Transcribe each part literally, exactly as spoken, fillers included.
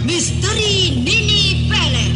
Misteri Nini Pelet.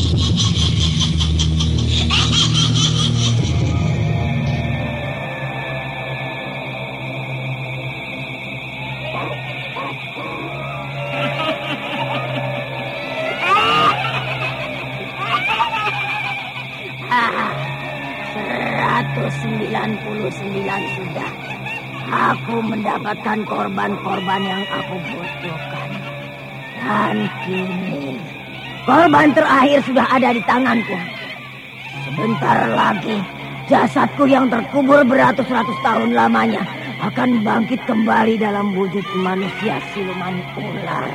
seratus sembilan puluh sembilan sudah. Aku mendapatkan korban-korban yang aku butuhkan. Dan kini korban terakhir sudah ada di tanganku. Sebentar lagi jasadku yang terkubur beratus-ratus tahun lamanya akan bangkit kembali dalam wujud manusia siluman ular.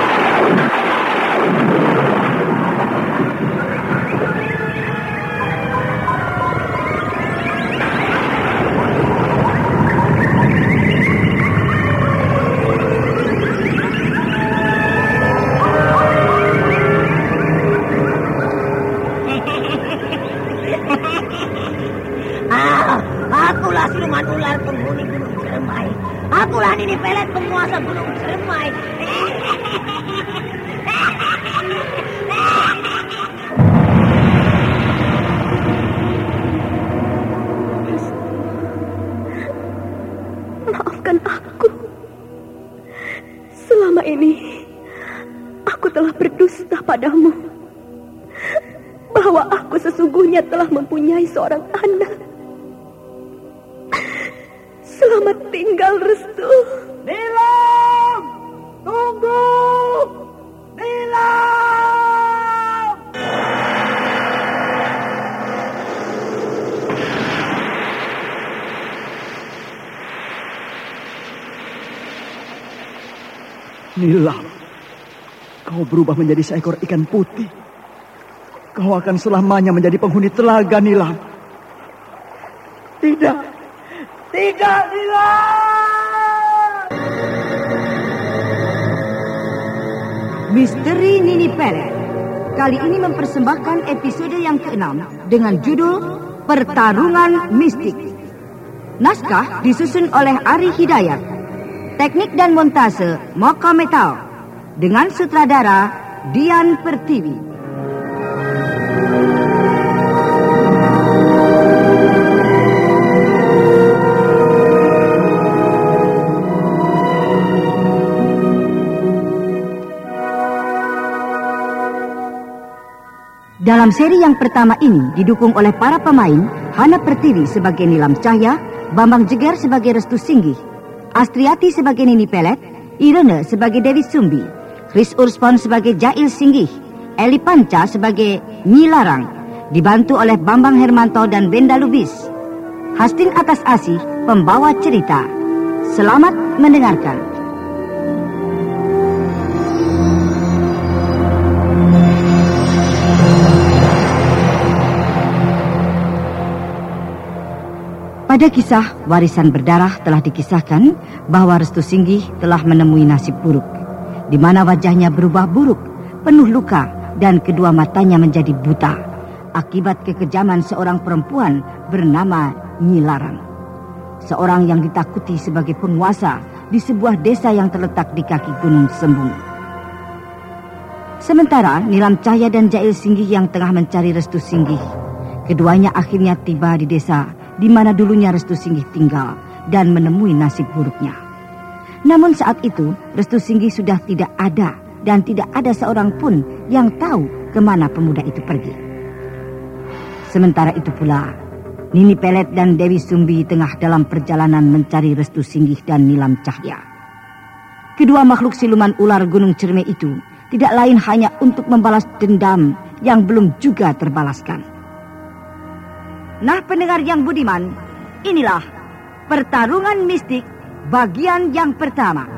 Akulah siluman ular penghuni Gunung Ceremai. Akulah Nini Pelet penguasa Gunung Ceremai. Maafkan aku. Selama ini aku telah berdusta padamu bahwa aku sesungguhnya telah mempunyai seorang anak. Selamat tinggal, Restu. Nilam! Tunggu! Nilam! Nilam, kau berubah menjadi seekor ikan putih. Kau akan selamanya menjadi penghuni telaga, Nilam. Tidak. Tidak, Nilam! Misteri Nini Pelet kali ini mempersembahkan episode yang keenam dengan judul Pertarungan Mistik. Naskah disusun oleh Ari Hidayat. Teknik dan montase Moka Metal dengan sutradara Dian Pertiwi. Dalam seri yang pertama ini didukung oleh para pemain Hana Pertiwi sebagai Nilam Cahya, Bambang Jeger sebagai Restu Singgih, Astriati sebagai Nini Pelet, Irene sebagai Dewi Sumbi, Chris Urspon sebagai Jail Singgih, Eli Panca sebagai Nyi Larang, dibantu oleh Bambang Hermanto dan Benda Lubis. Hastin Atas Asih pembawa cerita. Selamat mendengarkan. Pada kisah Warisan Berdarah telah dikisahkan bahwa Restu Singgih telah menemui nasib buruk, di mana wajahnya berubah buruk, penuh luka, dan kedua matanya menjadi buta, akibat kekejaman seorang perempuan bernama Nyi Larang. Seorang yang ditakuti sebagai penguasa di sebuah desa yang terletak di kaki Gunung Sembung. Sementara Nilam Cahya dan Jail Singgih yang tengah mencari Restu Singgih, keduanya akhirnya tiba di desa di mana dulunya Restu Singgih tinggal dan menemui nasib buruknya. Namun saat itu Restu Singgih sudah tidak ada dan tidak ada seorang pun yang tahu kemana pemuda itu pergi. Sementara itu pula Nini Pelet dan Dewi Sumbi tengah dalam perjalanan mencari Restu Singgih dan Nilam Cahya. Kedua makhluk siluman ular Gunung Cermai itu tidak lain hanya untuk membalas dendam yang belum juga terbalaskan. Nah, pendengar yang budiman, inilah Pertarungan Mistik bagian yang pertama.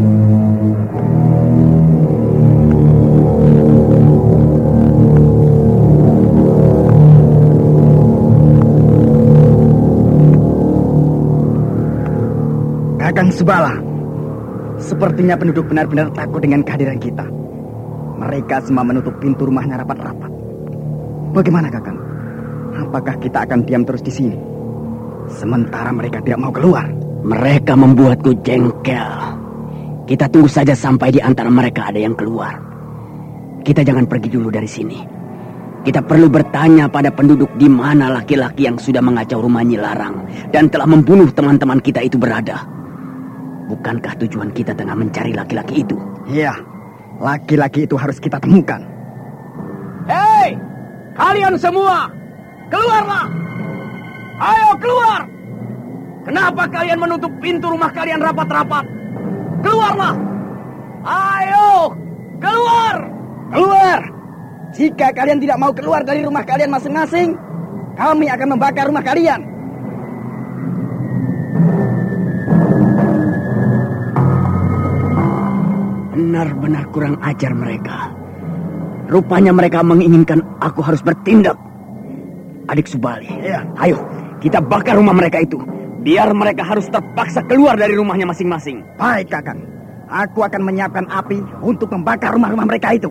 Kakang Subala, sepertinya penduduk benar-benar takut dengan kehadiran kita. Mereka semua menutup pintu rumahnya rapat-rapat. Bagaimana, Kakang? Apakah kita akan diam terus di sini? Sementara mereka tidak mau keluar. Mereka membuatku jengkel. Kita tunggu saja sampai di antara mereka ada yang keluar. kita jangan pergi dulu dari sini. Kita perlu bertanya pada penduduk di mana laki-laki yang sudah mengacau rumah Nyi Larang dan telah membunuh teman-teman kita itu berada. Bukankah tujuan kita tengah mencari laki-laki itu? Iya, laki-laki itu harus kita temukan. Hei, kalian semua, keluarlah! Ayo keluar! Kenapa kalian menutup pintu rumah kalian rapat-rapat? Keluarlah! Ayo, keluar! Keluar! Jika kalian tidak mau keluar dari rumah kalian masing-masing, kami akan membakar rumah kalian. Benar-benar kurang ajar mereka. Rupanya mereka menginginkan aku harus bertindak. Adik Subali, ya. Ayo, kita bakar rumah mereka itu. Biar mereka harus terpaksa keluar dari rumahnya masing-masing. Baik, Kakang. Aku akan menyiapkan api untuk membakar rumah-rumah mereka itu.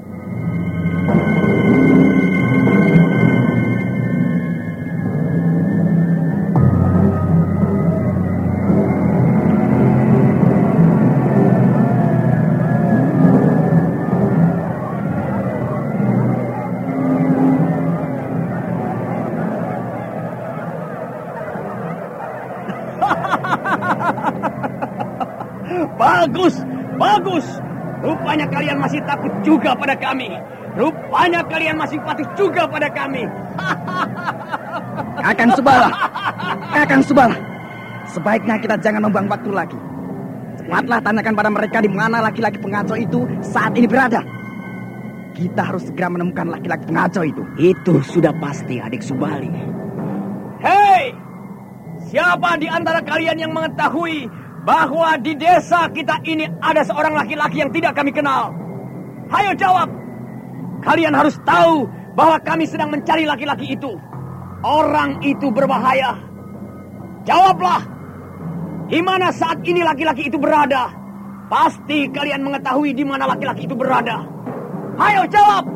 Bagus, bagus. Rupanya kalian masih takut juga pada kami. Rupanya kalian masih patuh juga pada kami. Kakang Subala, Kakang Subala, sebaiknya kita jangan membuang waktu lagi. Cepatlah tanyakan pada mereka di mana laki-laki pengacau itu saat ini berada. Kita harus segera menemukan laki-laki pengacau itu. Itu sudah pasti, Adik Subali. Hei, siapa di antara kalian yang mengetahui bahwa di desa kita ini ada seorang laki-laki yang tidak kami kenal? Hayo jawab. Kalian harus tahu bahwa kami sedang mencari laki-laki itu. Orang itu berbahaya. Jawablah. Di mana saat ini laki-laki itu berada? Pasti kalian mengetahui di mana laki-laki itu berada. Hayo jawab.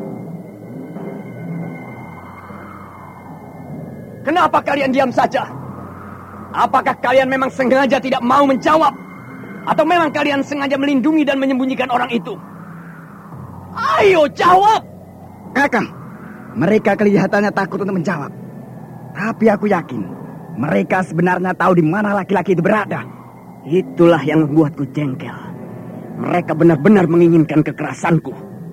Kenapa kalian diam saja? Apakah kalian memang sengaja tidak mau menjawab? Atau memang kalian sengaja melindungi dan menyembunyikan orang itu? Ayo jawab! Kakang, mereka kelihatannya takut untuk menjawab. Tapi aku yakin, mereka sebenarnya tahu di mana laki-laki itu berada. Itulah yang membuatku jengkel. Mereka benar-benar menginginkan kekerasanku.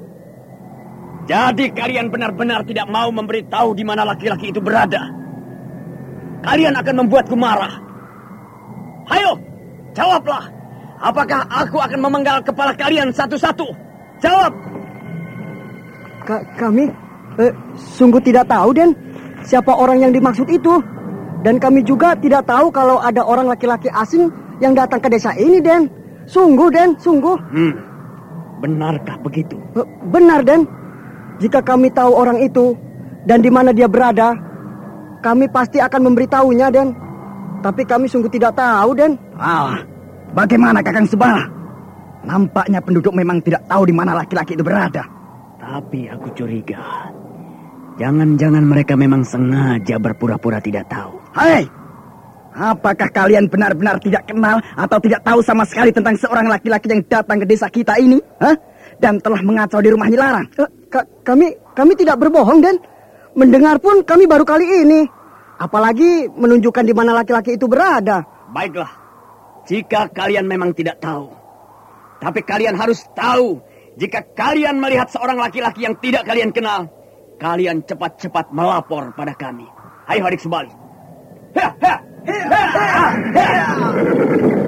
Jadi kalian benar-benar tidak mau memberitahu di mana laki-laki itu berada. Kalian akan membuatku marah. Hayo, jawablah. Apakah aku akan memenggal kepala kalian satu-satu? Jawab. Ka kami eh, sungguh tidak tahu, Den, siapa orang yang dimaksud itu. Dan kami juga tidak tahu kalau ada orang laki-laki asing yang datang ke desa ini, Den. Sungguh, Den, sungguh. Hmm. Benarkah begitu? Eh, benar, Den. Jika kami tahu orang itu dan di mana dia berada, kami pasti akan memberitahunya, Den. Tapi kami sungguh tidak tahu, Den. Ah, bagaimana Kakang Subala? Nampaknya penduduk memang tidak tahu di mana laki-laki itu berada. Tapi aku curiga. Jangan-jangan mereka memang sengaja berpura-pura tidak tahu. Hei, apakah kalian benar-benar tidak kenal atau tidak tahu sama sekali tentang seorang laki-laki yang datang ke desa kita ini? Hah? Dan telah mengacau di rumah Nyi Larang? Eh, ka- kami kami tidak berbohong, Den. Mendengar pun kami baru kali ini. Apalagi menunjukkan di mana laki-laki itu berada. Baiklah, jika kalian memang tidak tahu. Tapi kalian harus tahu, jika kalian melihat seorang laki-laki yang tidak kalian kenal, kalian cepat-cepat melapor pada kami. Ayo Adik Subali. Ha, ha, ha, ha, ha.